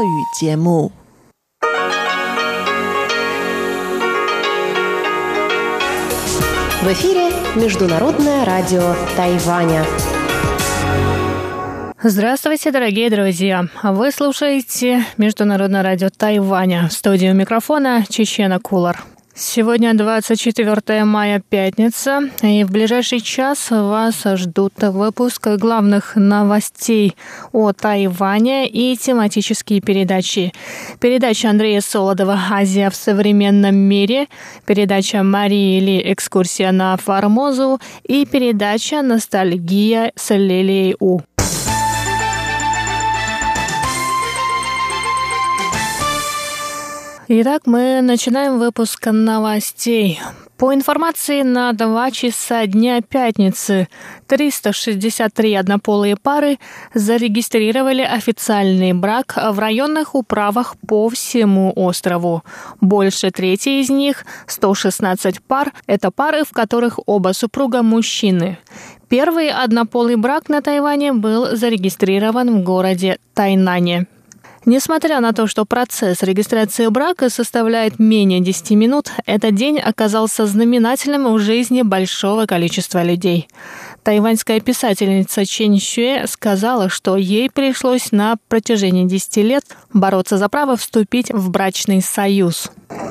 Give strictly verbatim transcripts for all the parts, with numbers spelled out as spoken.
语节目。В эфире Международное радио Тайваня. Здравствуйте, дорогие друзья! Вы слушаете Международное радио Тайваня. В студии у микрофона Чечена Кулар. Сегодня двадцать четвёртое мая, пятница, и в ближайший час вас ждут выпуск главных новостей о Тайване и тематические передачи. Передача Андрея Солодова «Азия в современном мире», передача Марии Ли «Экскурсия на Формозу» и передача «Ностальгия» с Лилией У. Итак, мы начинаем выпуск новостей. По информации на два часа дня пятницы, триста шестьдесят три однополые пары зарегистрировали официальный брак в районных управах по всему острову. Больше трети из них, сто шестнадцать пар, это пары, в которых оба супруга мужчины. Первый однополый брак на Тайване был зарегистрирован в городе Тайнане. Несмотря на то, что процесс регистрации брака составляет менее десяти минут, этот день оказался знаменательным в жизни большого количества людей. Тайваньская писательница Чэнь Сюэ сказала, что ей пришлось на протяжении десяти лет бороться за право вступить в брачный союз.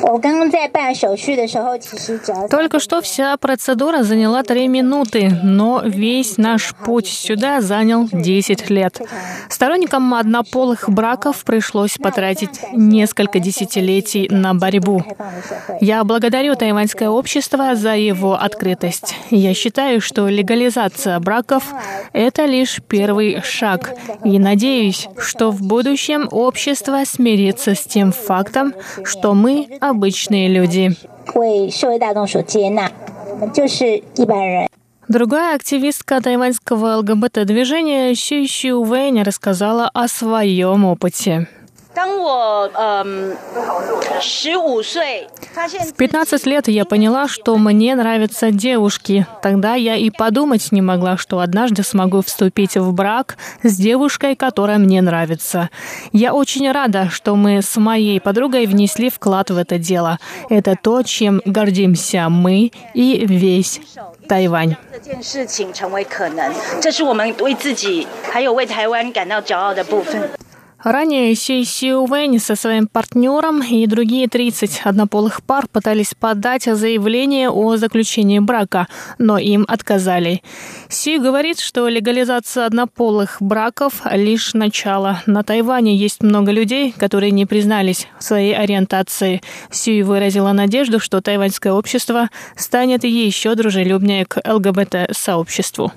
Только что вся процедура заняла три минуты, но весь наш путь сюда занял десять лет. Сторонникам однополых браков пришлось потратить несколько десятилетий на борьбу. Я благодарю тайваньское общество за его открытость. Я считаю, что легализация браков – это лишь первый шаг. И надеюсь, что в будущем общество смирится с тем фактом, что мы обычные люди. Другая активистка тайваньского ЛГБТ-движения Сюй Сю Вэнь рассказала о своем опыте. В пятнадцать лет я поняла, что мне нравятся девушки. Тогда я и подумать не могла, что однажды смогу вступить в брак с девушкой, которая мне нравится. Я очень рада, что мы с моей подругой внесли вклад в это дело. Это то, чем гордимся мы и весь Тайвань. Ранее Сюй Сю Вэнь со своим партнером и другие тридцать однополых пар пытались подать заявление о заключении брака, но им отказали. Сюй говорит, что легализация однополых браков – лишь начало. На Тайване есть много людей, которые не признались в своей ориентации. Сюй выразила надежду, что тайваньское общество станет еще дружелюбнее к ЛГБТ-сообществу.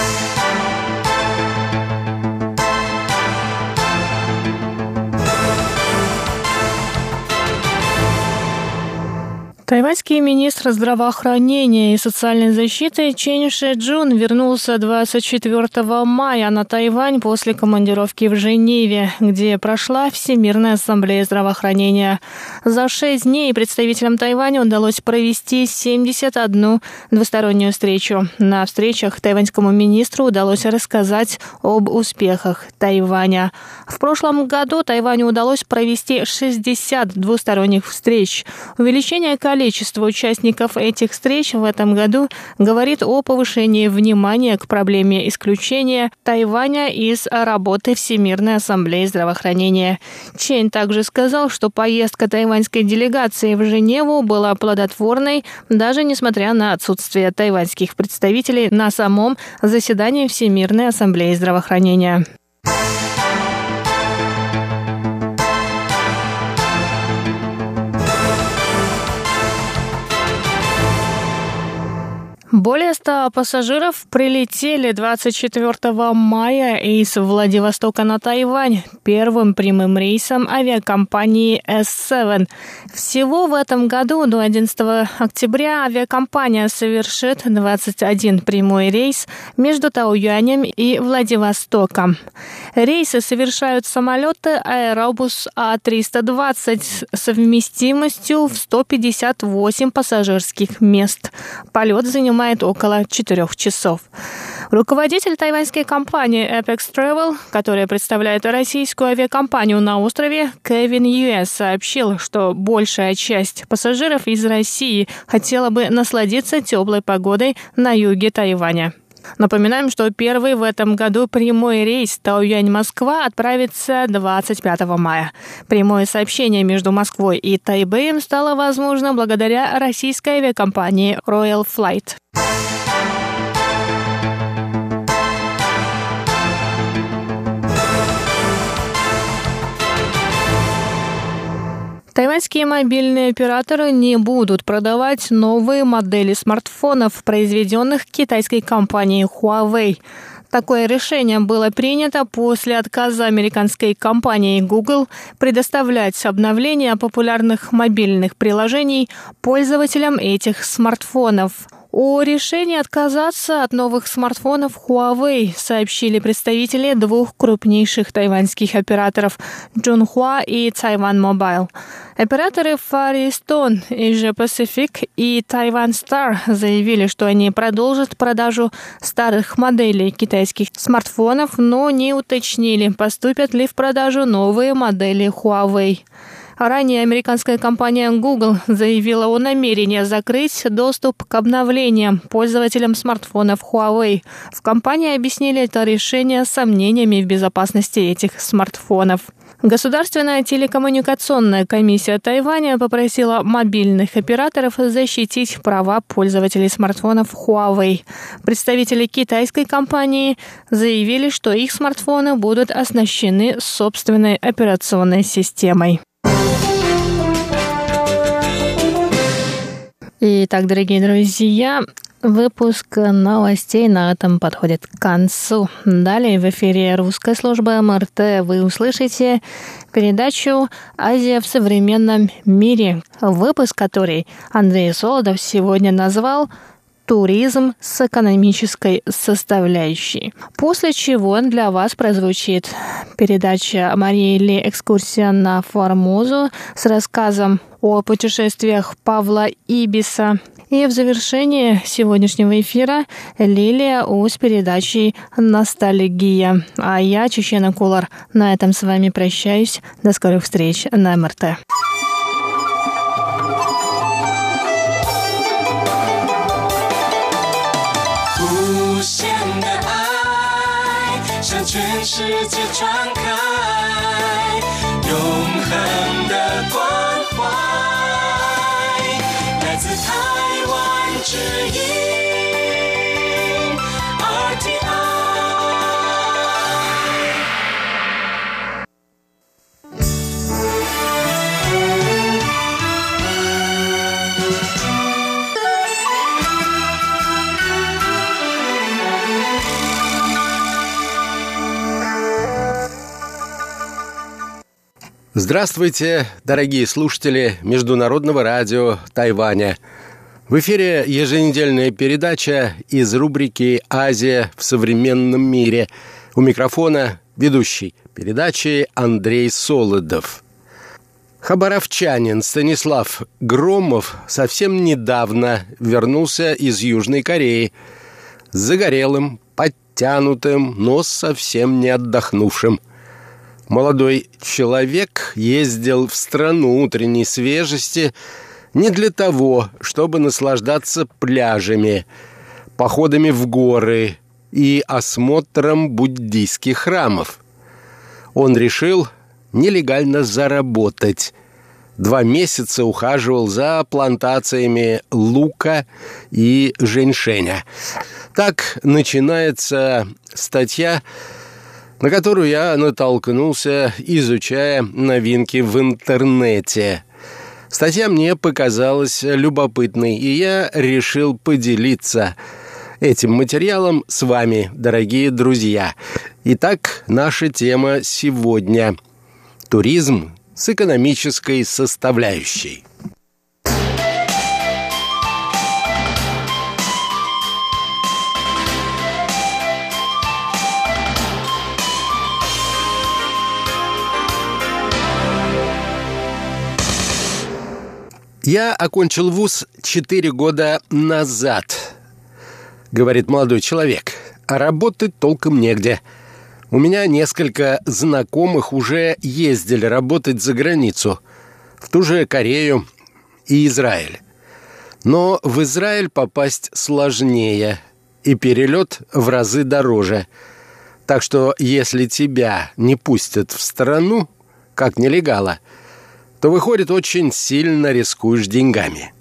Тайваньский министр здравоохранения и социальной защиты Чен Шэджун вернулся двадцать четвёртого мая на Тайвань после командировки в Женеве, где прошла Всемирная ассамблея здравоохранения. За шесть дней представителям Тайваня удалось провести семьдесят одну двустороннюю встречу. На встречах тайваньскому министру удалось рассказать об успехах Тайваня. В прошлом году Тайваню удалось провести шестьдесят двусторонних встреч. Увеличение количества Количество участников этих встреч в этом году говорит о повышении внимания к проблеме исключения Тайваня из работы Всемирной ассамблеи здравоохранения. Чен также сказал, что поездка тайваньской делегации в Женеву была плодотворной, даже несмотря на отсутствие тайваньских представителей на самом заседании Всемирной ассамблеи здравоохранения. Более ста пассажиров прилетели двадцать четвёртого мая из Владивостока на Тайвань первым прямым рейсом авиакомпании эс семь. Всего в этом году до одиннадцатого октября авиакомпания совершит двадцать один прямой рейс между Таоюанем и Владивостоком. Рейсы совершают самолеты Airbus а триста двадцать с вместимостью в сто пятьдесят восемь пассажирских мест. Полет занимает около четырех часов. Руководитель тайваньской компании Apex Travel, которая представляет российскую авиакомпанию на острове, Кевин Юэ сообщил, что большая часть пассажиров из России хотела бы насладиться теплой погодой на юге Тайваня. Напоминаем, что первый в этом году прямой рейс Таоюань-Москва отправится двадцать пятого мая. Прямое сообщение между Москвой и Тайбэем стало возможно благодаря российской авиакомпании Royal Flight. Тайваньские мобильные операторы не будут продавать новые модели смартфонов, произведенных китайской компанией Huawei. Такое решение было принято после отказа американской компании Google предоставлять обновления популярных мобильных приложений пользователям этих смартфонов. О решении отказаться от новых смартфонов Huawei сообщили представители двух крупнейших тайваньских операторов Chunghwa и Taiwan Mobile. Операторы Far EasTone, Asia Pacific и Taiwan Star заявили, что они продолжат продажу старых моделей китайских смартфонов, но не уточнили, поступят ли в продажу новые модели Huawei. Ранее американская компания Google заявила о намерении закрыть доступ к обновлениям пользователям смартфонов Huawei. В компании объяснили это решение сомнениями в безопасности этих смартфонов. Государственная телекоммуникационная комиссия Тайваня попросила мобильных операторов защитить права пользователей смартфонов Huawei. Представители китайской компании заявили, что их смартфоны будут оснащены собственной операционной системой. Итак, дорогие друзья, выпуск новостей на этом подходит к концу. Далее в эфире русской службы эм эр тэ вы услышите передачу «Азия в современном мире», выпуск который Андрей Солодов сегодня назвал «Туризм с экономической составляющей». После чего для вас прозвучит передача Марии Ли «Экскурсия на Формозу» с рассказом о путешествиях Павла Ибиса. И в завершении сегодняшнего эфира Лилия У с передачей «Ностальгия». А я, Чечена Кулар, на этом с вами прощаюсь. До скорых встреч на эм эр тэ. 向全世界传开，永恒的关怀，来自台湾之音 R T I。 Здравствуйте, дорогие слушатели Международного радио Тайваня. В эфире еженедельная передача из рубрики «Азия в современном мире». У микрофона ведущий передачи Андрей Солодов. Хабаровчанин Станислав Громов совсем недавно вернулся из Южной Кореи с загорелым, подтянутым, но совсем не отдохнувшим. Молодой человек ездил в страну утренней свежести не для того, чтобы наслаждаться пляжами, походами в горы и осмотром буддийских храмов. Он решил нелегально заработать. Два месяца ухаживал за плантациями лука и женьшеня. Так начинается статья, на которую я натолкнулся, изучая новинки в интернете. Статья мне показалась любопытной, и я решил поделиться этим материалом с вами, дорогие друзья. Итак, наша тема сегодня – туризм с экономической составляющей. «Я окончил вуз четыре года назад», — говорит молодой человек. а работать толком негде. У меня несколько знакомых уже ездили работать за границу, в ту же Корею и Израиль. Но в Израиль попасть сложнее, и перелет в разы дороже. Так что если тебя не пустят в страну, как нелегала, то, выходит, очень сильно рискуешь деньгами.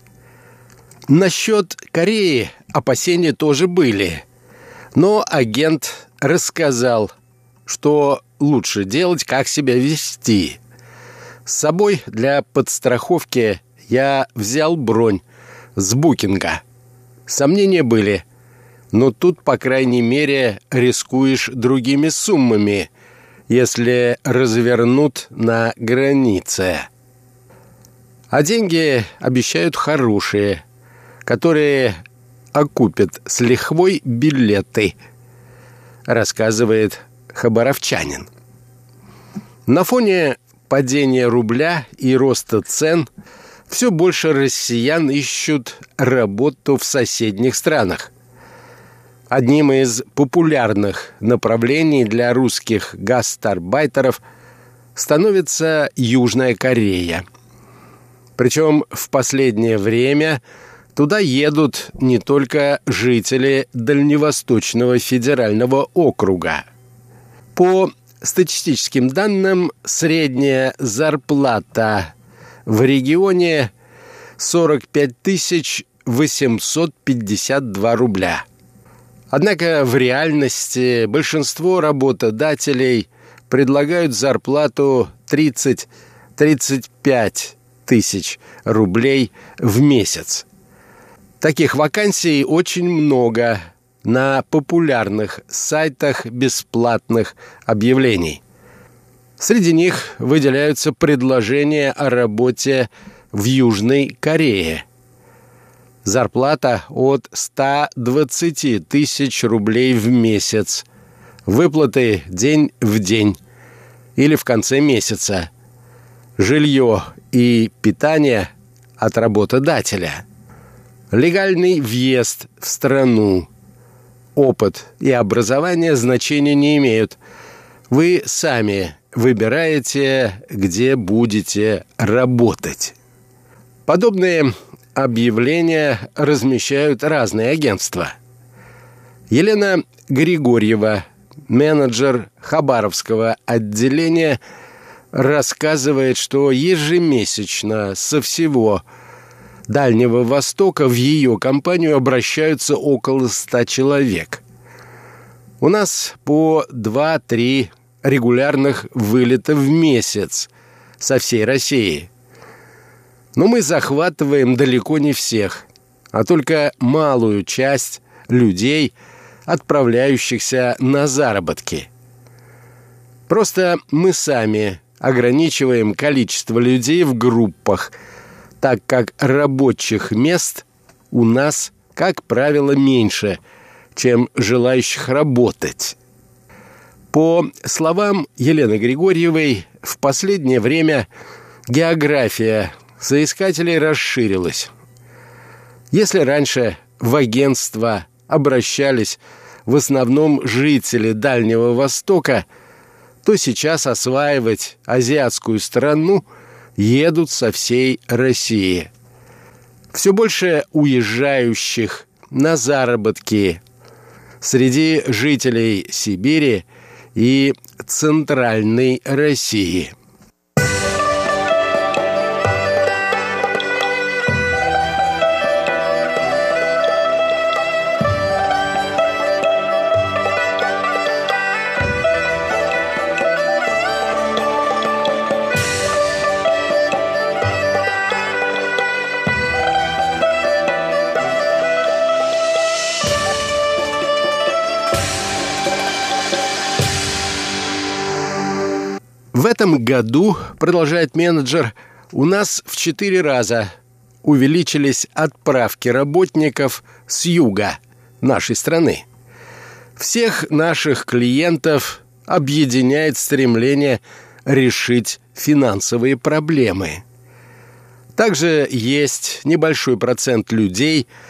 Насчет Кореи опасения тоже были, но агент рассказал, что лучше делать, как себя вести. С собой для подстраховки я взял бронь с букинга. Сомнения были, но тут, по крайней мере, рискуешь другими суммами, если развернут на границе. А деньги обещают хорошие, которые окупят с лихвой билеты, рассказывает хабаровчанин. На фоне падения рубля и роста цен все больше россиян ищут работу в соседних странах. Одним из популярных направлений для русских гастарбайтеров становится Южная Корея. Причем в последнее время туда едут не только жители Дальневосточного федерального округа. По статистическим данным, средняя зарплата в регионе сорок пять тысяч восемьсот пятьдесят два рубля. Однако в реальности большинство работодателей предлагают зарплату тридцать-тридцать пять тысяч рублей в месяц. Таких вакансий очень много на популярных сайтах бесплатных объявлений. Среди них выделяются предложения о работе в Южной Корее. Зарплата от ста двадцати тысяч рублей в месяц. Выплаты день в день или в конце месяца. Жилье и питание от работодателя. Легальный въезд в страну. Опыт и образование значения не имеют. Вы сами выбираете, где будете работать. Подобные объявления размещают разные агентства. Елена Григорьева, менеджер Хабаровского отделения, рассказывает, что ежемесячно со всего Дальнего Востока в ее компанию обращаются около ста человек. У нас по два-три регулярных вылета в месяц со всей России. Но мы захватываем далеко не всех, а только малую часть людей, отправляющихся на заработки. Просто мы сами ограничиваем количество людей в группах, так как рабочих мест у нас, как правило, меньше, чем желающих работать. По словам Елены Григорьевой, в последнее время география соискателей расширилась. Если раньше в агентство обращались в основном жители Дальнего Востока, то сейчас осваивать азиатскую страну едут со всей России. Все больше уезжающих на заработки среди жителей Сибири и Центральной России. В этом году, продолжает менеджер, у нас в четыре раза увеличились отправки работников с юга нашей страны. Всех наших клиентов объединяет стремление решить финансовые проблемы. Также есть небольшой процент людей,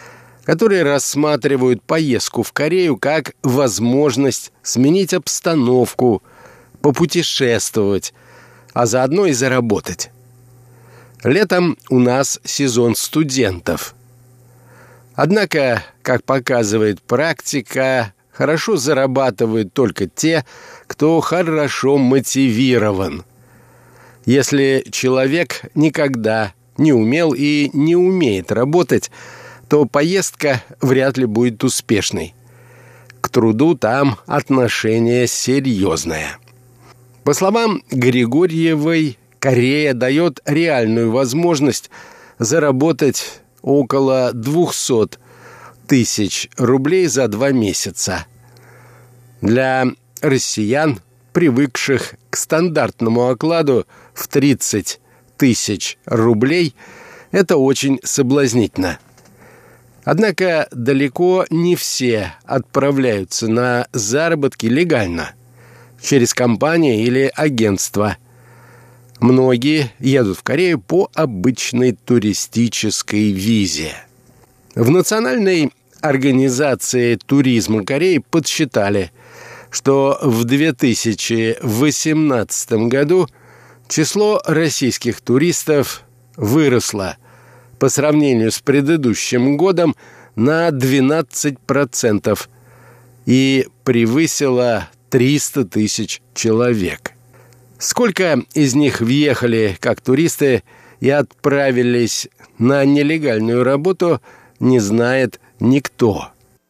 которые рассматривают поездку в Корею как возможность сменить обстановку, попутешествовать, а заодно и заработать. Летом у нас сезон студентов. Однако, как показывает практика, хорошо зарабатывают только те, кто хорошо мотивирован. Если человек никогда не умел и не умеет работать, то поездка вряд ли будет успешной. К труду там отношение серьезное. По словам Григорьевой, Корея дает реальную возможность заработать около двухсот тысяч рублей за два месяца. Для россиян, привыкших к стандартному окладу в тридцать тысяч рублей, это очень соблазнительно. Однако далеко не все отправляются на заработки легально, через компании или агентства. Многие едут в Корею по обычной туристической визе. В Национальной организации туризма Кореи подсчитали, что в две тысячи восемнадцатом году число российских туристов выросло по сравнению с предыдущим годом на двенадцать процентов и превысило триста тысяч человек. Сколько из них въехали как туристы и отправились на нелегальную работу, не знает никто.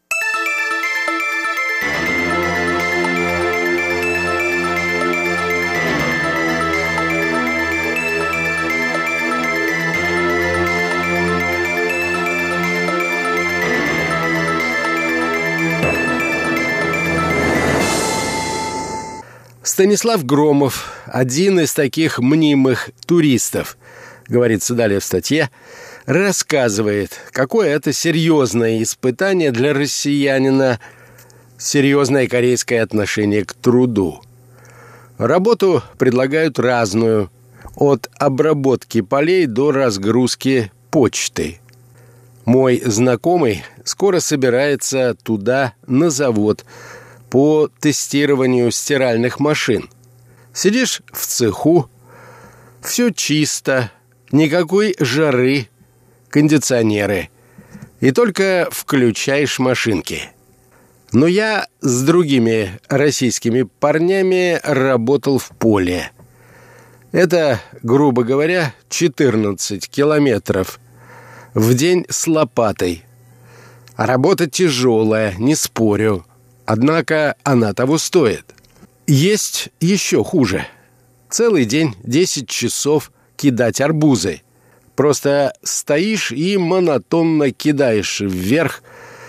Станислав Громов – один из таких мнимых туристов, говорится далее в статье, рассказывает, какое это серьезное испытание для россиянина, серьезное корейское отношение к труду. Работу предлагают разную, от обработки полей до разгрузки почты. Мой знакомый скоро собирается туда, на завод, по тестированию стиральных машин. Сидишь в цеху, все чисто, никакой жары, кондиционеры, и только включаешь машинки. Но я с другими российскими парнями работал в поле. Это, грубо говоря, четырнадцать километров в день с лопатой. А работа тяжелая, не спорю. Однако она того стоит. Есть еще хуже. Целый день, десять часов кидать арбузы. Просто стоишь и монотонно кидаешь вверх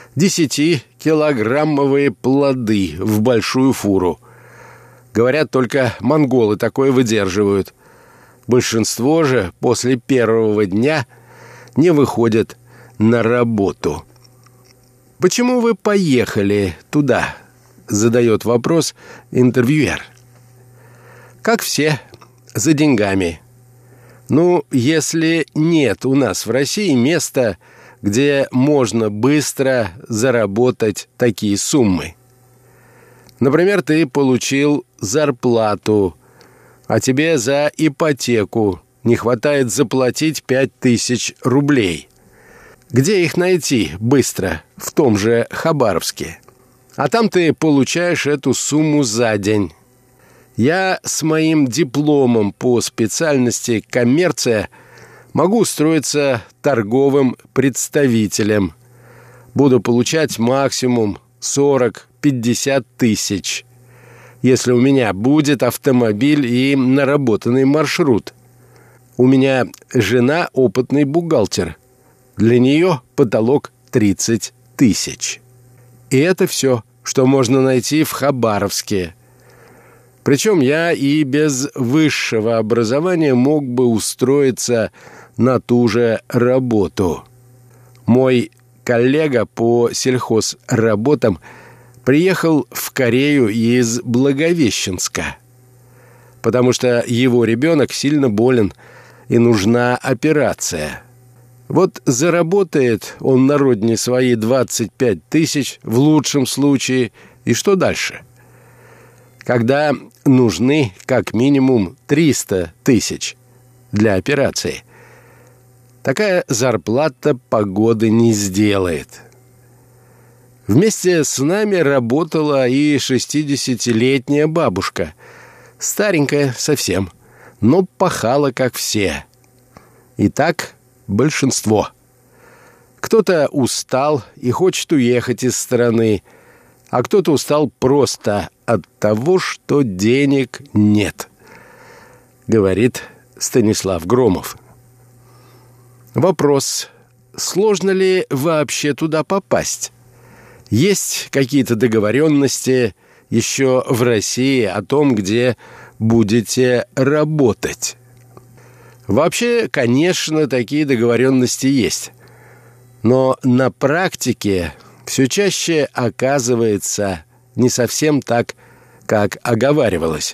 десятикилограммовые плоды в большую фуру. Говорят, только монголы такое выдерживают. Большинство же после первого дня не выходят на работу. «Почему вы поехали туда?» – задает вопрос интервьюер. «Как все, за деньгами. Ну, если нет у нас в России места, где можно быстро заработать такие суммы. Например, ты получил зарплату, а тебе за ипотеку не хватает заплатить пять тысяч рублей. Где их найти быстро? В том же Хабаровске. А там ты получаешь эту сумму за день. Я с моим дипломом по специальности коммерция могу устроиться торговым представителем. Буду получать максимум сорок-пятьдесят тысяч, если у меня будет автомобиль и наработанный маршрут. У меня жена опытный бухгалтер. Для нее потолок тридцать тысяч. И это все, что можно найти в Хабаровске. Причем я и без высшего образования мог бы устроиться на ту же работу. Мой коллега по сельхозработам приехал в Корею из Благовещенска, потому что его ребенок сильно болен и нужна операция. Вот заработает он на родине свои двадцать пять тысяч в лучшем случае, и что дальше? Когда нужны как минимум триста тысяч для операции. Такая зарплата погоды не сделает. Вместе с нами работала и шестидесятилетняя бабушка, старенькая совсем, но пахала как все. И так большинство. Кто-то устал и хочет уехать из страны, а кто-то устал просто от того, что денег нет, говорит Станислав Громов. Вопрос: сложно ли вообще туда попасть? Есть какие-то договоренности еще в России о том, где будете работать? Вообще, конечно, такие договоренности есть. Но на практике все чаще оказывается не совсем так, как оговаривалось.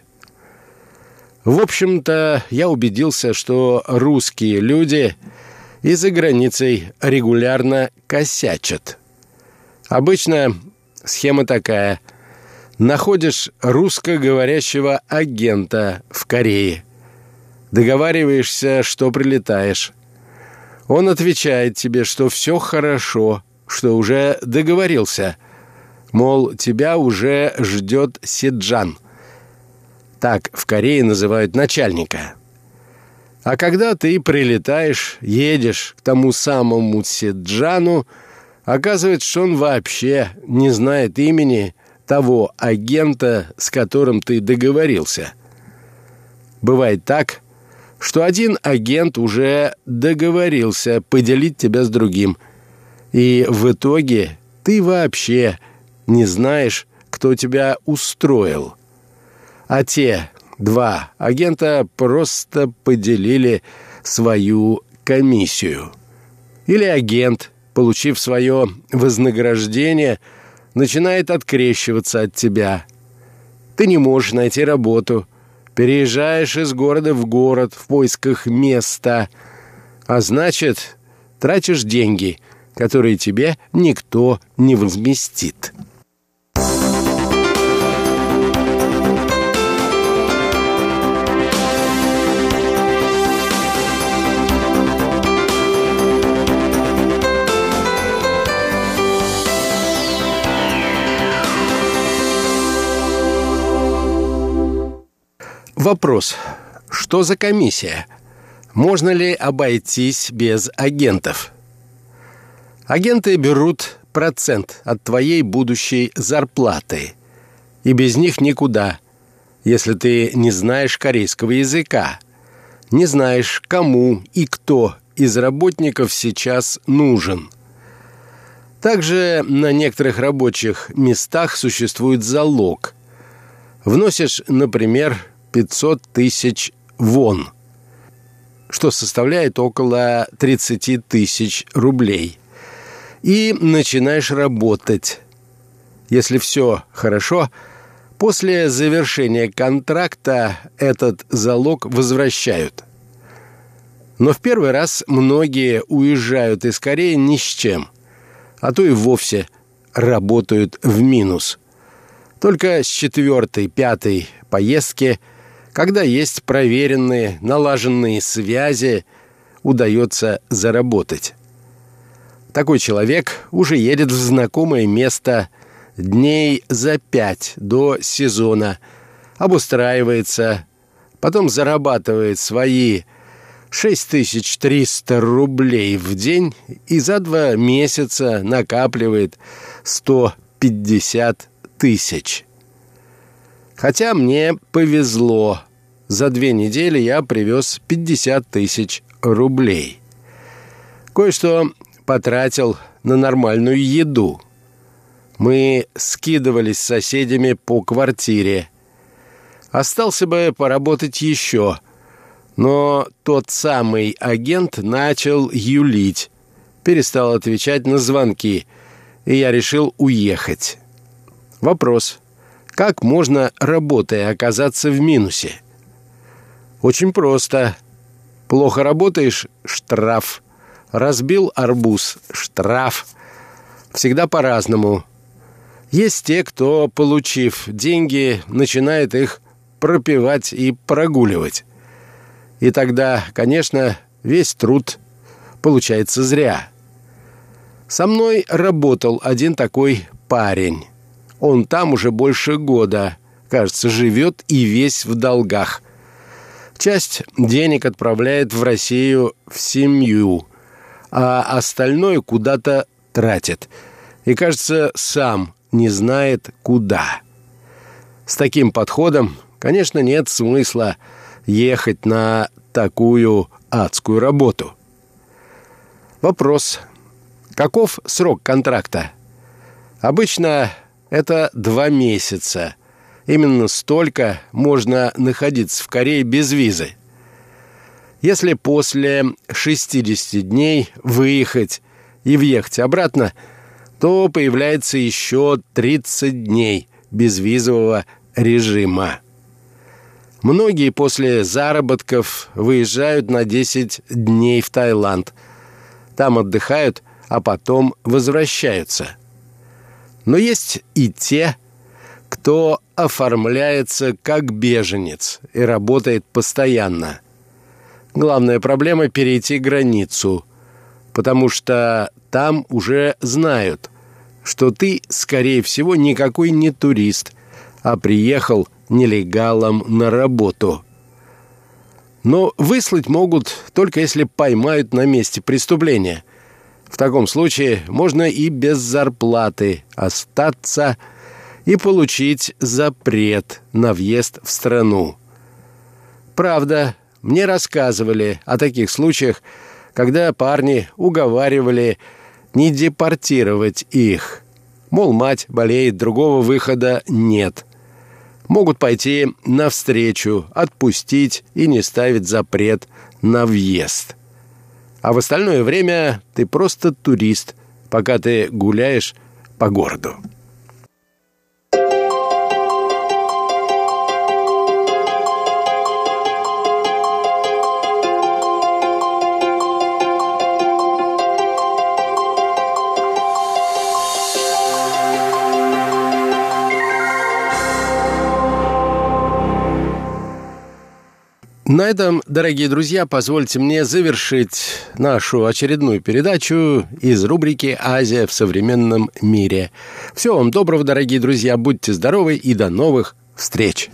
В общем-то, я убедился, что русские люди и за границей регулярно косячат. Обычно схема такая: находишь русскоговорящего агента в Корее, договариваешься, что прилетаешь. Он отвечает тебе, что все хорошо, что уже договорился. Мол, тебя уже ждет Сиджан. Так в Корее называют начальника. А когда ты прилетаешь, едешь к тому самому Сиджану, оказывается, что он вообще не знает имени того агента, с которым ты договорился. Бывает так, что один агент уже договорился поделить тебя с другим, и в итоге ты вообще не знаешь, кто тебя устроил. А те два агента просто поделили свою комиссию. Или агент, получив свое вознаграждение, начинает открещиваться от тебя. Ты не можешь найти работу, переезжаешь из города в город в поисках места, а значит, тратишь деньги, которые тебе никто не возместит. Вопрос: что за комиссия? Можно ли обойтись без агентов? Агенты берут процент от твоей будущей зарплаты, и без них никуда, если ты не знаешь корейского языка, не знаешь, кому и кто из работников сейчас нужен. Также на некоторых рабочих местах существует залог. Вносишь, например, пятьсот тысяч вон, что составляет около тридцать тысяч рублей. И начинаешь работать. Если все хорошо, после завершения контракта этот залог возвращают. Но в первый раз многие уезжают из Кореи ни с чем, а то и вовсе работают в минус. Только с четвертой, пятой поездки, когда есть проверенные, налаженные связи, удается заработать. Такой человек уже едет в знакомое место дней за пять до сезона, обустраивается, потом зарабатывает свои шесть тысяч триста рублей в день и за два месяца накапливает сто пятьдесят тысяч. Хотя мне повезло. За две недели я привез пятьдесят тысяч рублей. Кое-что потратил на нормальную еду. Мы скидывались с соседями по квартире. Остался бы поработать еще, но тот самый агент начал юлить, перестал отвечать на звонки, и я решил уехать. Вопрос: как можно, работая, оказаться в минусе? Очень просто. Плохо работаешь — штраф. разбил арбуз – штраф. Всегда по-разному. Есть те, кто, получив деньги, начинает их пропивать и прогуливать. И тогда, конечно, весь труд получается зря. Со мной работал один такой парень. Он там уже больше года, кажется, живет и весь в долгах. Часть денег отправляет в Россию в семью, а остальное куда-то тратит. И, кажется, сам не знает, куда. С таким подходом, конечно, нет смысла ехать на такую адскую работу. Вопрос: каков срок контракта? Обычно это два месяца. Именно столько можно находиться в Корее без визы. Если после шестидесяти дней выехать и въехать обратно, то появляется еще тридцать дней безвизового режима. Многие после заработков выезжают на десять дней в Таиланд. Там отдыхают, а потом возвращаются. Но есть и те, кто оформляется как беженец и работает постоянно. Главная проблема – перейти границу, потому что там уже знают, что ты, скорее всего, никакой не турист, а приехал нелегалом на работу. Но выслать могут только если поймают на месте преступления. В таком случае можно и без зарплаты остаться и получить запрет на въезд в страну. Правда, мне рассказывали о таких случаях, когда парни уговаривали не депортировать их. Мол, мать болеет, другого выхода нет. Могут пойти навстречу, отпустить и не ставить запрет на въезд. А в остальное время ты просто турист, пока ты гуляешь по городу. На этом, дорогие друзья, позвольте мне завершить нашу очередную передачу из рубрики «Азия в современном мире». Всего вам доброго, дорогие друзья, будьте здоровы и до новых встреч!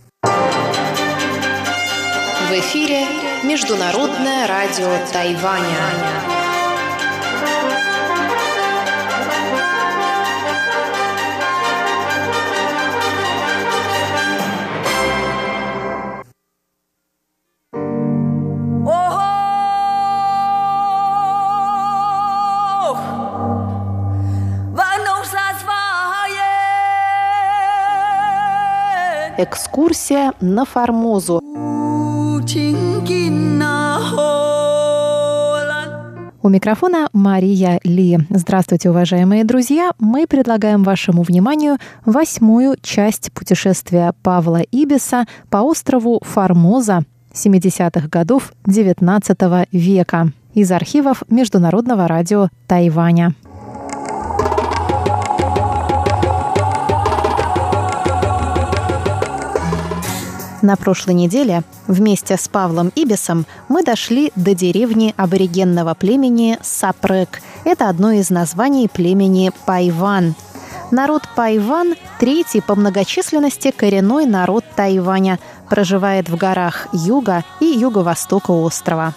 В эфире Международное радио Тайваня. Экскурсия на Формозу. У микрофона Мария Ли. Здравствуйте, уважаемые друзья! Мы предлагаем вашему вниманию восьмую часть путешествия Павла Ибиса по острову Формоза семидесятых годов девятнадцатого века из архивов Международного радио Тайваня. На прошлой неделе вместе с Павлом Ибисом мы дошли до деревни аборигенного племени Сапрек. Это одно из названий племени Пайван. Народ Пайван – третий по многочисленности коренной народ Тайваня, проживает в горах юга и юго-востока острова.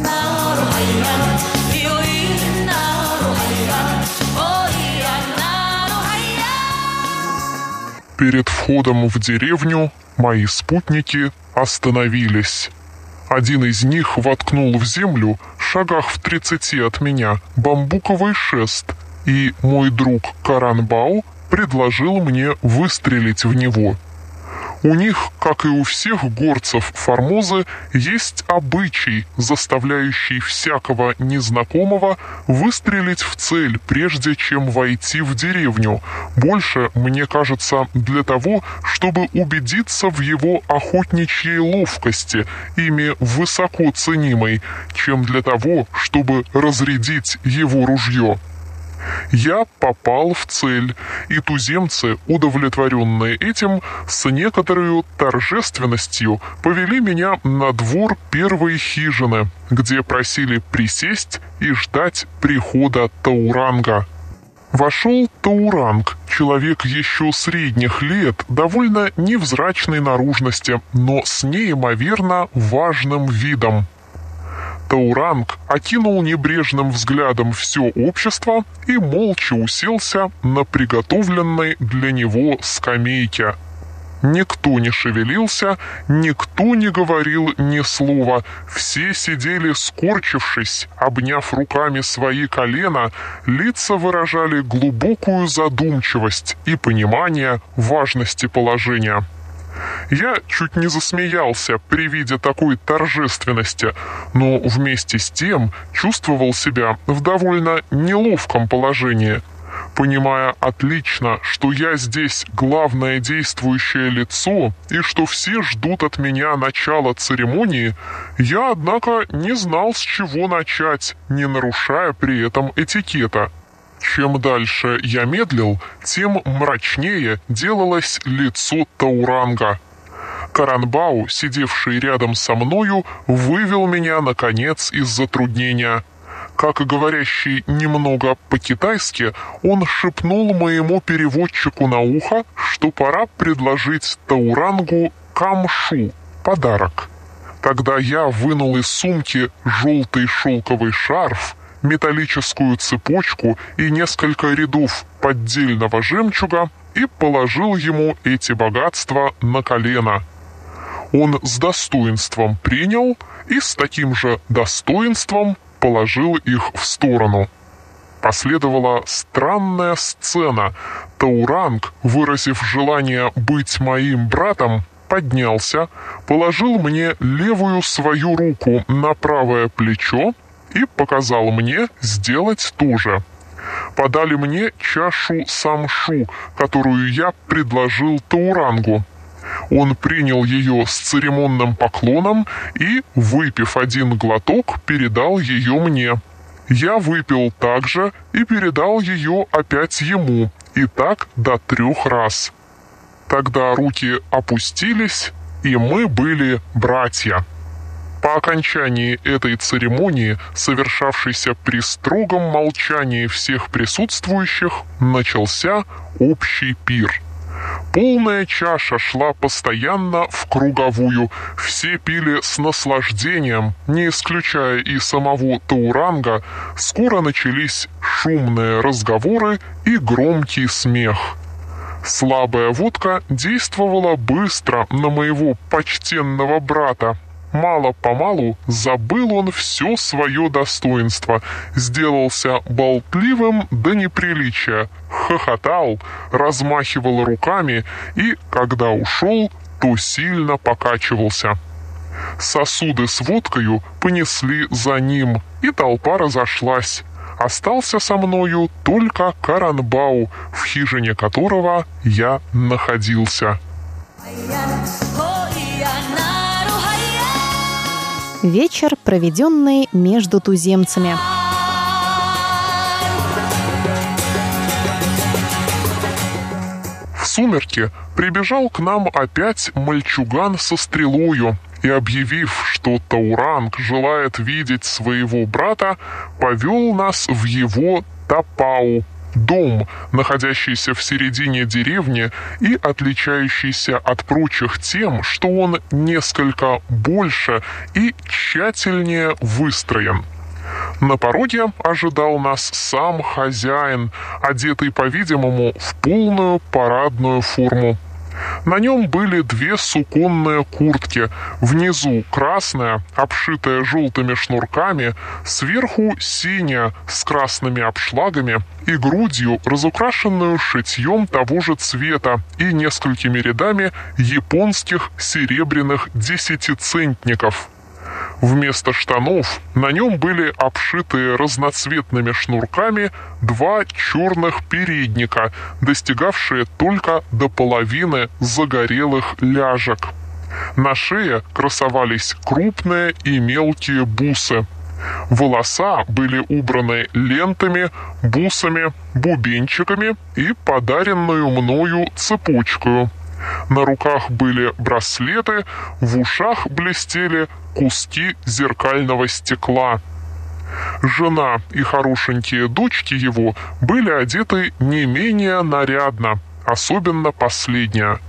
Перед входом в деревню мои спутники остановились. Один из них воткнул в землю, шагах в тридцати от меня, бамбуковый шест, и мой друг Каранбао предложил мне выстрелить в него. У них, как и у всех горцев Формозы, есть обычай, заставляющий всякого незнакомого выстрелить в цель, прежде чем войти в деревню. Больше, мне кажется, для того, чтобы убедиться в его охотничьей ловкости, ими высоко ценимой, чем для того, чтобы разрядить его ружье. Я попал в цель, и туземцы, удовлетворенные этим, с некоторой торжественностью повели меня на двор первой хижины, где просили присесть и ждать прихода Тауранга. Вошел Тауранг, человек еще средних лет, довольно невзрачной наружности, но с неимоверно важным видом. Тауранг окинул небрежным взглядом все общество и молча уселся на приготовленной для него скамейке. Никто не шевелился, никто не говорил ни слова. Все сидели скорчившись, обняв руками свои колена, лица выражали глубокую задумчивость и понимание важности положения. Я чуть не засмеялся при виде такой торжественности, но вместе с тем чувствовал себя в довольно неловком положении. Понимая отлично, что я здесь главное действующее лицо и что все ждут от меня начала церемонии, я, однако, не знал, с чего начать, не нарушая при этом этикета. Чем дальше я медлил, тем мрачнее делалось лицо Тауранга. Каранбау, сидевший рядом со мною, вывел меня, наконец, из затруднения. Как говорящий немного по-китайски, он шепнул моему переводчику на ухо, что пора предложить Таурангу камшу, подарок. Тогда я вынул из сумки желтый шелковый шарф, металлическую цепочку и несколько рядов поддельного жемчуга и положил ему эти богатства на колено. Он с достоинством принял и с таким же достоинством положил их в сторону. Последовала странная сцена. Тауранг, выразив желание быть моим братом, поднялся, положил мне левую свою руку на правое плечо и показал мне сделать то же. Подали мне чашу самшу, которую я предложил Таурангу. Он принял ее с церемонным поклоном и, выпив один глоток, передал ее мне. Я выпил также и передал ее опять ему, и так до трех раз. Тогда руки опустились, и мы были братья. По окончании этой церемонии, совершавшейся при строгом молчании всех присутствующих, начался общий пир. Полная чаша шла постоянно в круговую, все пили с наслаждением, не исключая и самого Тауранга. Скоро начались шумные разговоры и громкий смех. Слабая водка действовала быстро на моего почтенного брата. Мало-помалу забыл он все свое достоинство, сделался болтливым до неприличия, хохотал, размахивал руками и, когда ушел, то сильно покачивался. Сосуды с водкою понесли за ним, и толпа разошлась. Остался со мною только Каранбау, в хижине которого я находился. Вечер, проведенный между туземцами. В сумерки прибежал к нам опять мальчуган со стрелою и, объявив, что Тауранг желает видеть своего брата, повел нас в его тапау, дом, находящийся в середине деревни и отличающийся от прочих тем, что он несколько больше и тщательнее выстроен. На пороге ожидал нас сам хозяин, одетый, по-видимому, в полную парадную форму. На нем были две суконные куртки. Внизу красная, обшитая желтыми шнурками, сверху синяя с красными обшлагами и грудью, разукрашенную шитьем того же цвета и несколькими рядами японских серебряных десятицентников. Вместо штанов на нем были обшитые разноцветными шнурками два черных передника, достигавшие только до половины загорелых ляжек. На шее красовались крупные и мелкие бусы. Волоса были убраны лентами, бусами, бубенчиками и подаренную мною цепочкою. На руках были браслеты, в ушах блестели куски зеркального стекла. Жена и хорошенькие дочки его были одеты не менее нарядно, особенно последняя.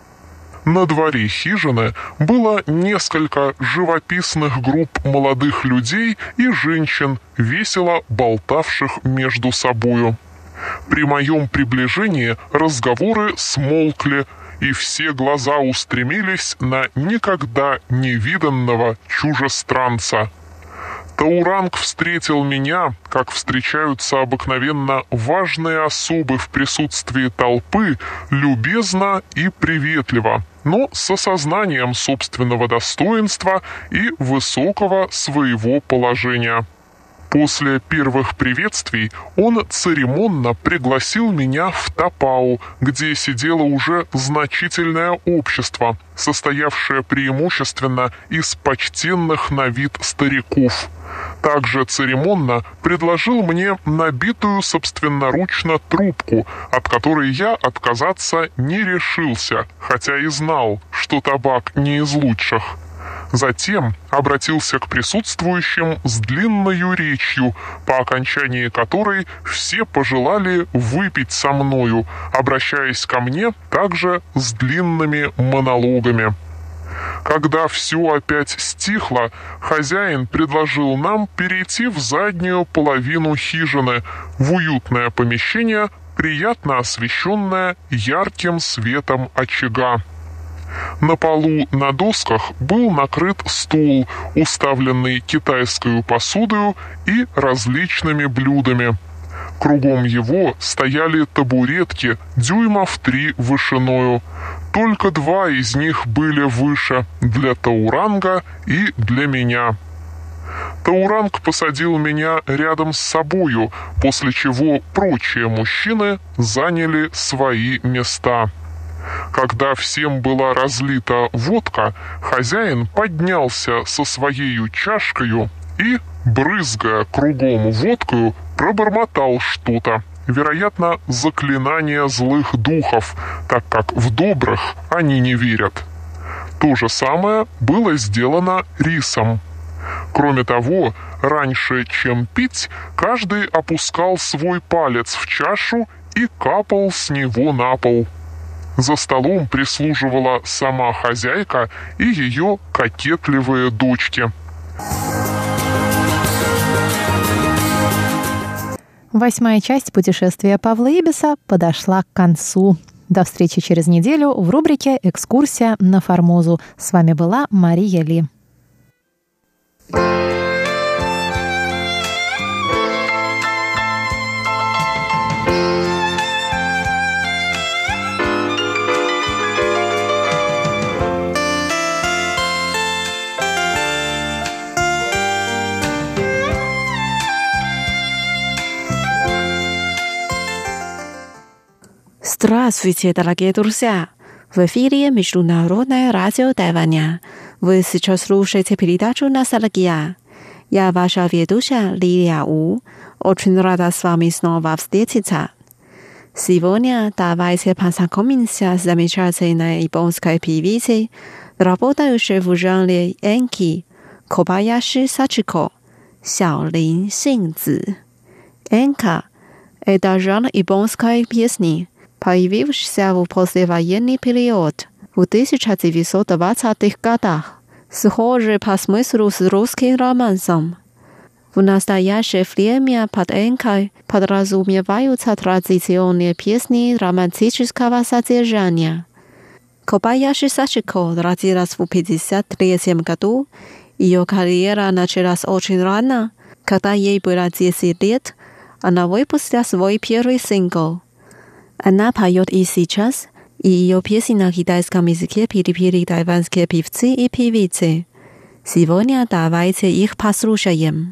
На дворе хижины было несколько живописных групп молодых людей и женщин, весело болтавших между собою. При моем приближении разговоры смолкли, и все глаза устремились на никогда не виданного чужестранца. Тауранг встретил меня, как встречаются обыкновенно важные особы в присутствии толпы, любезно и приветливо, но с осознанием собственного достоинства и высокого своего положения. После первых приветствий он церемонно пригласил меня в Тапау, где сидело уже значительное общество, состоявшее преимущественно из почтенных на вид стариков. Также церемонно предложил мне набитую собственноручно трубку, от которой я отказаться не решился, хотя и знал, что табак не из лучших. Затем обратился к присутствующим с длинною речью, по окончании которой все пожелали выпить со мною, обращаясь ко мне также с длинными монологами. Когда все опять стихло, хозяин предложил нам перейти в заднюю половину хижины, в уютное помещение, приятно освещенное ярким светом очага. На полу на досках был накрыт стол, уставленный китайской посудою и различными блюдами. Кругом его стояли табуретки дюймов три вышиною. Только два из них были выше, для Тауранга и для меня. Тауранг посадил меня рядом с собою, после чего прочие мужчины заняли свои места. Когда всем была разлита водка, хозяин поднялся со своею чашкою и, брызгая кругом водкою, пробормотал что-то, вероятно, заклинание злых духов, так как в добрых они не верят. То же самое было сделано рисом. Кроме того, раньше, чем пить, каждый опускал свой палец в чашу и капал с него на пол. За столом прислуживала сама хозяйка и ее кокетливые дочки. Восьмая часть путешествия Павла Ибиса подошла к концу. До встречи через неделю в рубрике «Экскурсия на Формозу». С вами была Мария Ли. Здравствуйте, дорогие друзья! В эфире Международное радио Тайваня. Вы сейчас слушаете передачу «Ностальгия». Я ваша ведущая Лилия У. Очень рада с вами снова встретиться. Сегодня давайте познакомимся с замечательной японской певицей, работающей в жанре энки, Кобаяши Сачико, Сяолин Синьцзи. Энка – это жанр японской песни, появившийся в послевоенный период, в тысяча девятьсот двадцатых годах, схожий по смыслу с русским романсом. В настоящее время под энкой подразумеваются традиционные песни романтического содержания. Кобаяши Сачико родилась в пятьдесят третьем году. Ее карьера началась очень рано. Когда ей было десять лет, она выпустила свой первый сингл. Она поет и сейчас, и ее песни на китайском языке перепели тайванские певцы и певицы. Сегодня давайте их послушаем.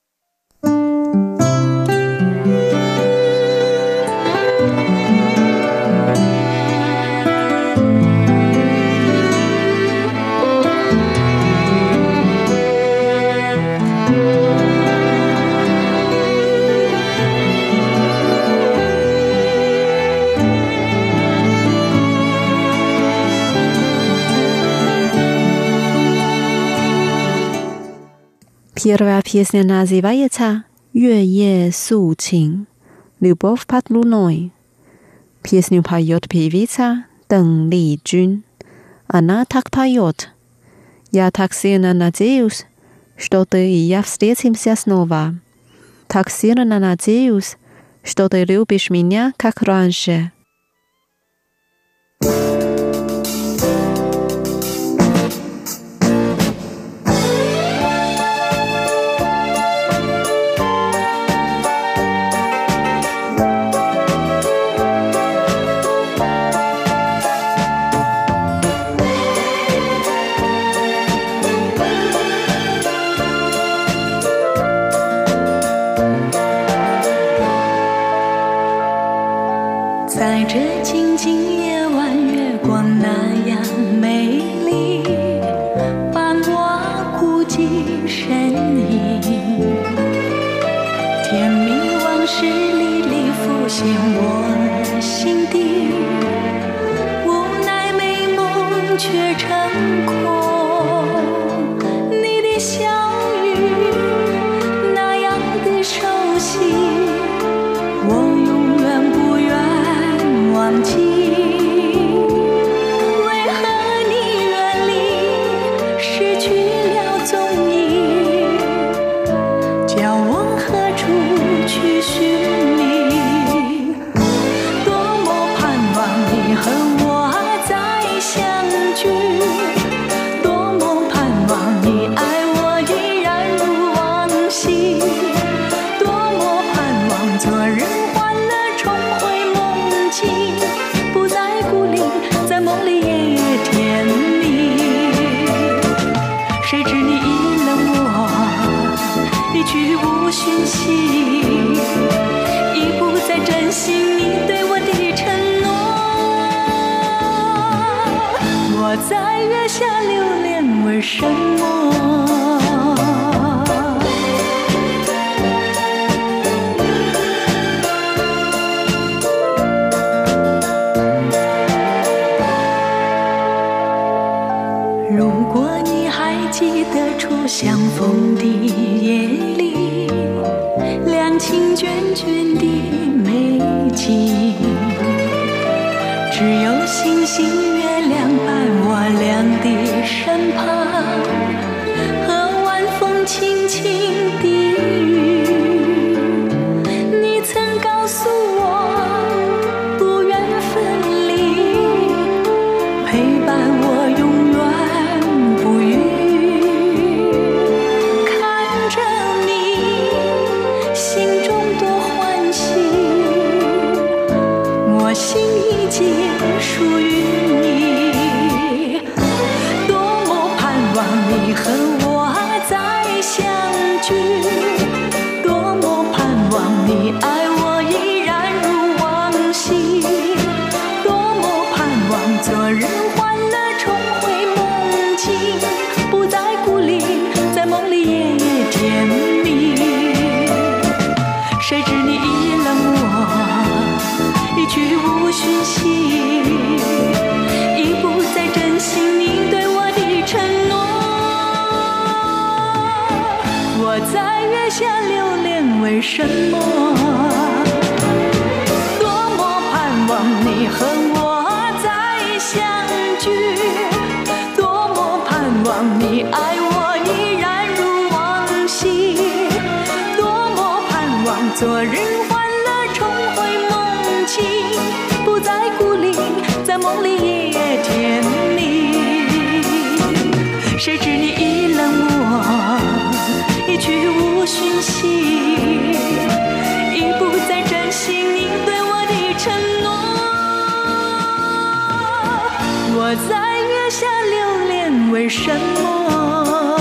Первая песня называется «Юэ Е Су Чин» – «Любовь под луной». Песню поет певица Дэн Ли Джун. Она так поет: «Я так сильно надеюсь, что ты и я встретимся снова. Так сильно надеюсь, что ты любишь меня, как раньше». 在这静静夜晚，月光那样美丽，伴我孤寂身影。甜蜜往事历历浮现我心底，无奈美梦却成空。你的笑语那样的熟悉，我永远不愿忘记。为何你远离，失去了踪影，叫我何处去寻觅？多么盼望你和我再相聚，多么盼望你爱我依然如往昔，多么盼望昨日欢乐重回梦境，不再孤零，在梦里夜夜甜蜜。谁知你已冷漠，一去无讯息，已不再珍惜你对我的承诺。我在月下流连，为什么？如果你还记得初相逢的夜里，两情眷眷的美景，只有星星月亮伴我俩的身旁，和晚风轻轻的雨。你曾告诉我不愿分离，陪伴我永远不渝。看着你，心中多欢喜，我心已经属于你。多么盼望你和我再相聚，多么盼望你爱我依然如往昔，多么盼望昨日欢乐重回梦境，不再孤零，在梦里夜夜甜蜜。谁知你已冷漠，一去无讯息，已不再珍惜你对我的承诺。我在月下流连，为什么？多么盼望你和我再相聚，多么盼望你爱我依然如往昔，多么盼望昨日欢乐重回梦境，不再孤零，在梦里夜夜甜蜜。 谁知你已冷漠，一去无讯息，已不再珍惜你对我的承诺。我在月下流连，为什么？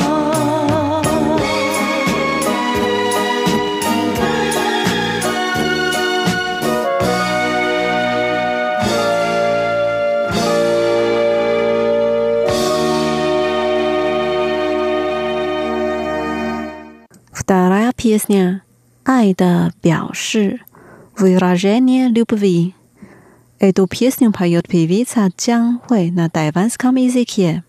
Вторая песня «Ай的表示» «Выражение любви». Эту песню поет певица Джан Hui на тайванском языке.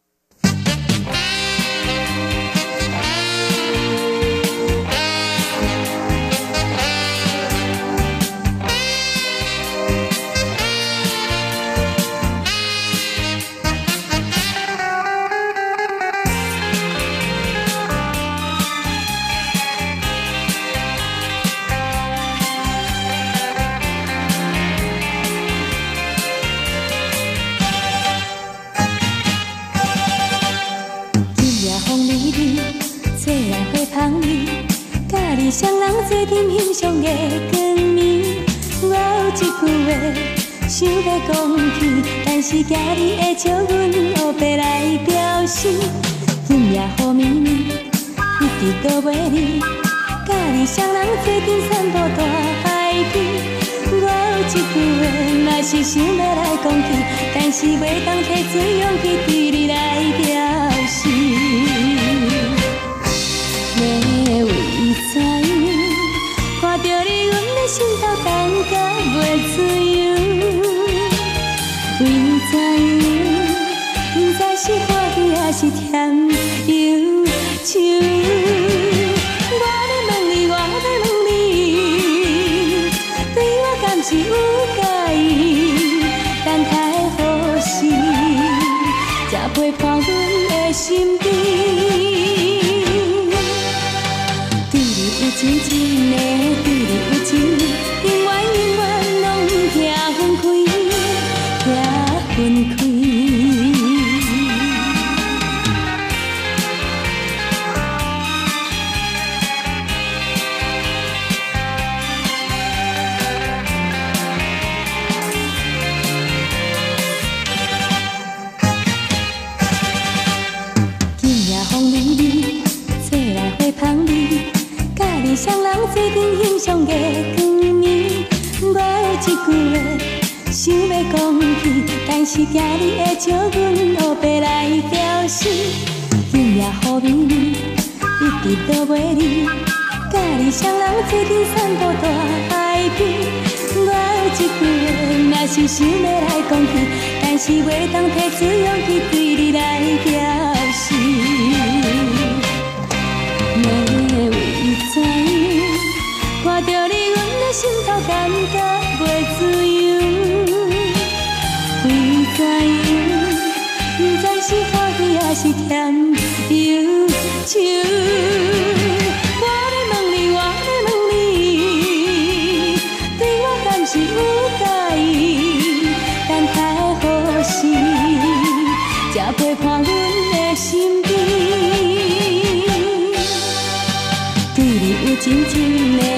双人做阵欣赏的光暝，我有一句话想要讲起，但是惊你会笑阮黑白来表示。今夜雨绵绵，一直都袂离，甲你双人做阵散步大海边。我有一句话，若是想要来讲起，但是袂当提出勇气对你来表示。要为怎样？看着你，阮的心头感觉袂自由。为怎样？不知是欢喜还是甜忧愁。我要问你，我要问你，对我敢是有介意？等待何时，才陪伴阮的身边？对你有真情的。双人做阵欣赏的光暝，我有一句话想要讲起，但是惊你会笑阮黑白来表示。今夜雨绵绵，一直都袂离，甲你双人做阵散步大海边。我有一句话，若是想要来讲起，但是袂当提出勇气对你来表示。要为怎样？看着你，阮的心头感觉袂自由。为怎样？不知是欢喜还是甜忧愁。我要问你，我要问你，对我敢是有介意？等待何时，才陪伴阮的身边？对你有真情的。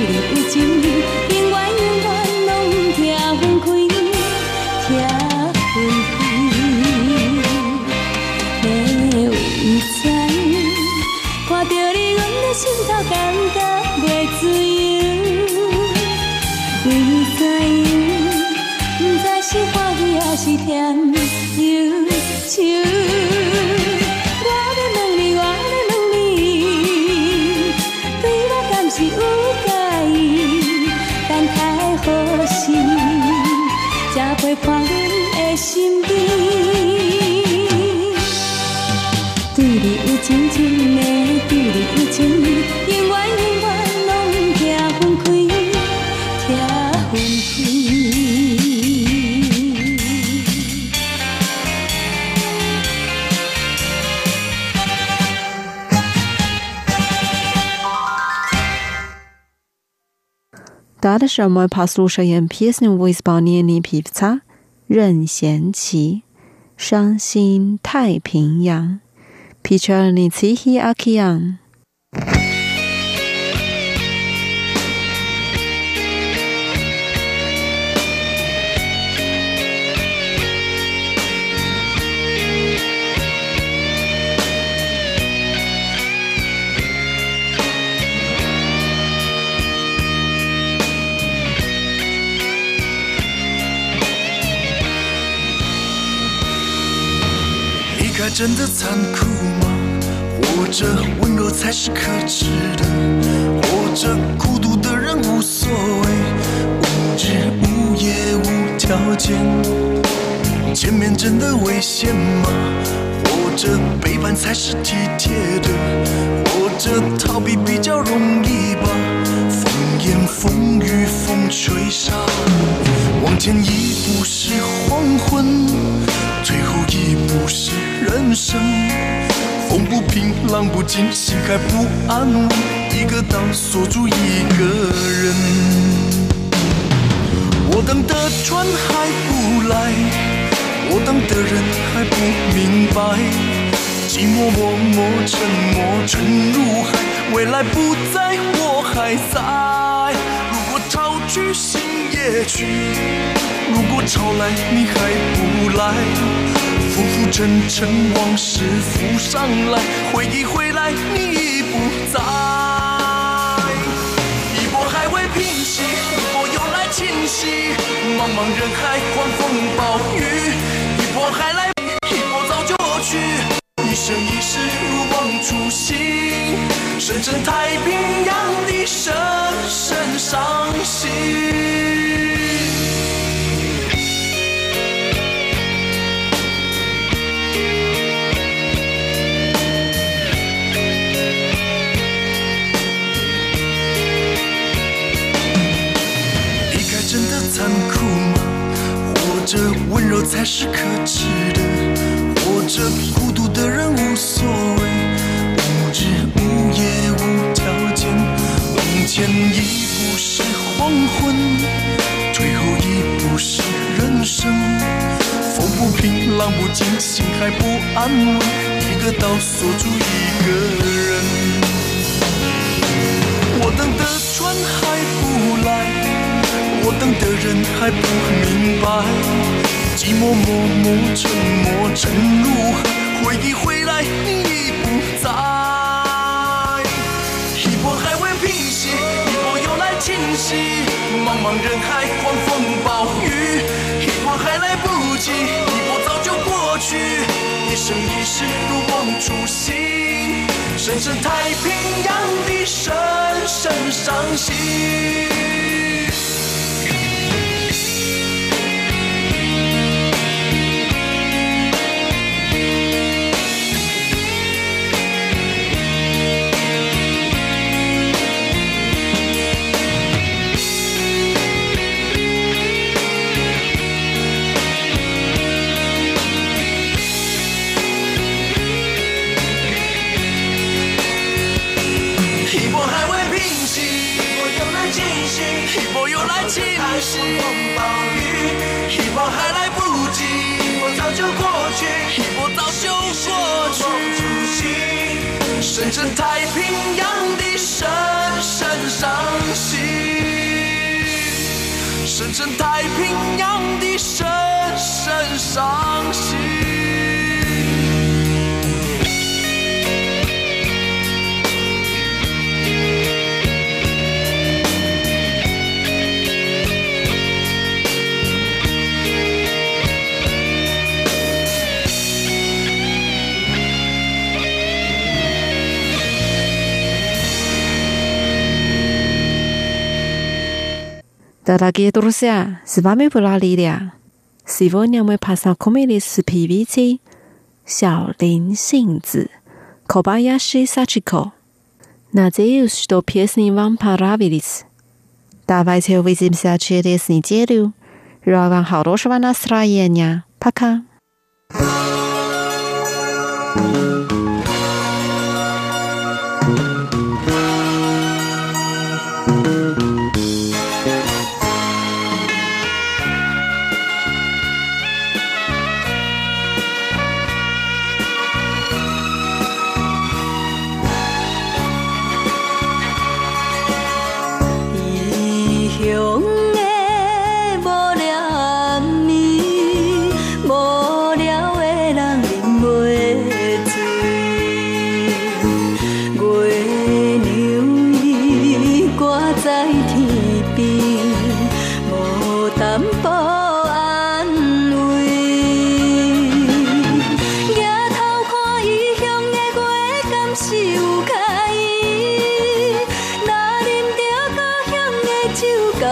心头感觉袂自由，为怎样？不知是欢喜还是甜忧愁。我要问你，我要问你，对我敢是有介意？等待何时，才陪伴阮的身边？对你有真情的，对你有情意。 Дальше мы послушаем песню в исполнении певца Рен Xianqi «伤心太平洋». Печальный тихий океан. 真的残酷吗？活着温柔才是可耻的，活着孤独的人无所谓，无日无夜无条件。见面真的危险吗？活着背叛才是体贴的，活着逃避比较容易吧。风言风语风吹沙，往前一步是黄昏，退后一步是人生。风不平浪不静，心还不安稳，一个岛锁住一个人。我等的船还不来，我等的人还不明白，寂寞默默沉默沉入海，未来不在我还在。如果潮去心也去，如果潮来你还不来，浮浮沉沉往事浮上来，回忆回来你已不在。一波还未平息，一波又来侵袭，茫茫人海狂风暴雨，一波还来，一波早就过去，一生一世如梦初醒，深深太平洋的深深伤心。残酷吗？活着温柔才是可耻的，活着孤独的人无所谓，无日无夜无条件。往前一步是黄昏，退后一步是人生。风不平浪不静，心还不安稳，一个岛锁住一个人。我等的船还不来，我等的人还不明白，寂寞默默沉默沉入海，回忆回来你已不在。一波还未平息，一波又来侵袭，茫茫人海狂风暴雨，一波还来不及，一波早就过去，一生一世如梦初醒，深深太平洋的深深伤心。是风暴雨，一波还来不及，一波早就过去，一波早就过去，深深太平洋的深深伤心，深深太平洋的深深伤心。 Дорогие друзья, с вами была Лилия. Сегодня мы познакомились с певицей Xiaolin Xingzi, Kobayashi Sachiko. Надеюсь, что песни вам понравились. Давайте увидимся через неделю. Желаю вам хорошего настроения. Пока.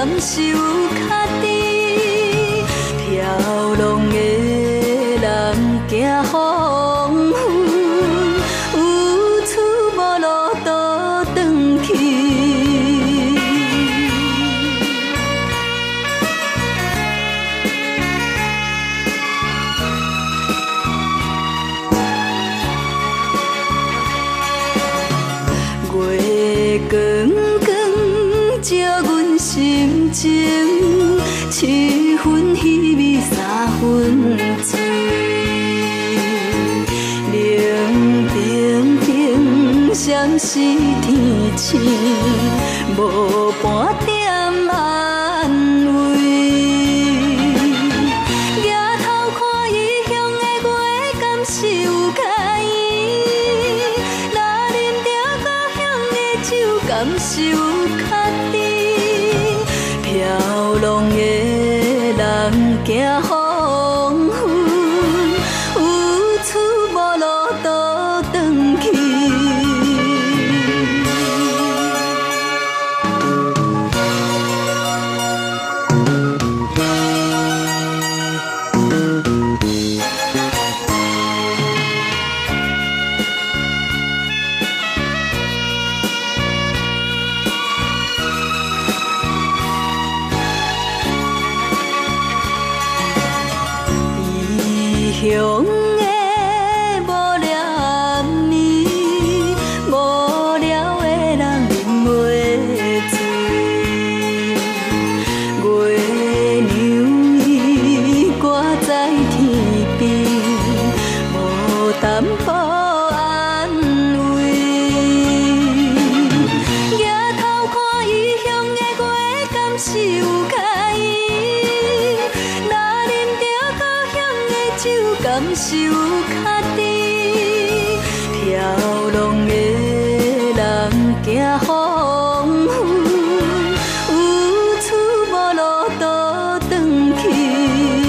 感受较甜，飘浪的人行风雨，有厝无路倒转去。月光光照阮心情，七分稀微三分醉，冷冰冰闪是天星，无半点安慰。抬头看异乡的月，感受较圆。若啉着故乡的酒，感受较甜。飘浪的人行风雨，有厝无路倒转去。异乡的无聊暝，无聊的人啉袂醉，月娘伊挂在天边，无淡薄安慰。抬头看异乡的月，感受较圆。若啉着故乡的酒，感受较甜。飘浪的人行风雨，有厝无路倒转去。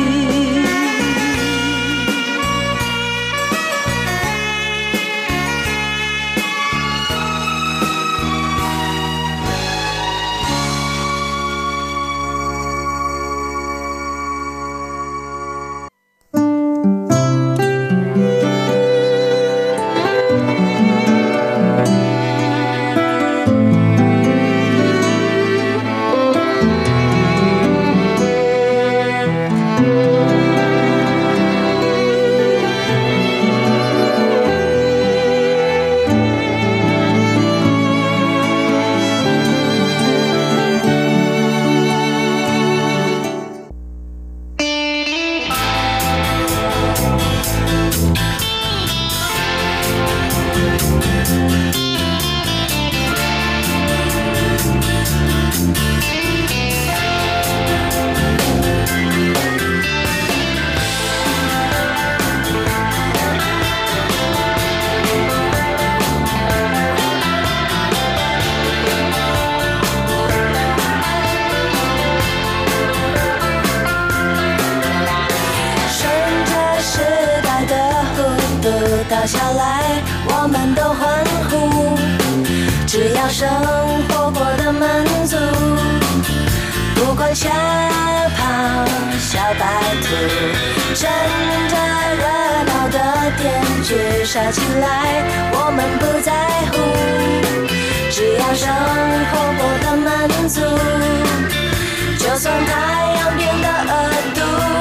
倒下来，我们都欢呼。只要生活过得满足，不管小跑小白兔，趁着热闹的店绝杀起来，我们不在乎。只要生活过得满足，就算太阳变得恶毒，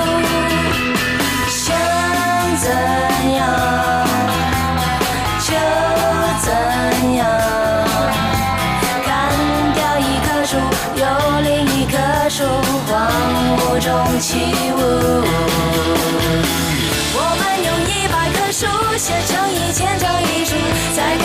想怎样就怎样，砍掉一棵树，有另一棵树，荒芜中起舞。我们用一百棵树写成一千张遗书，在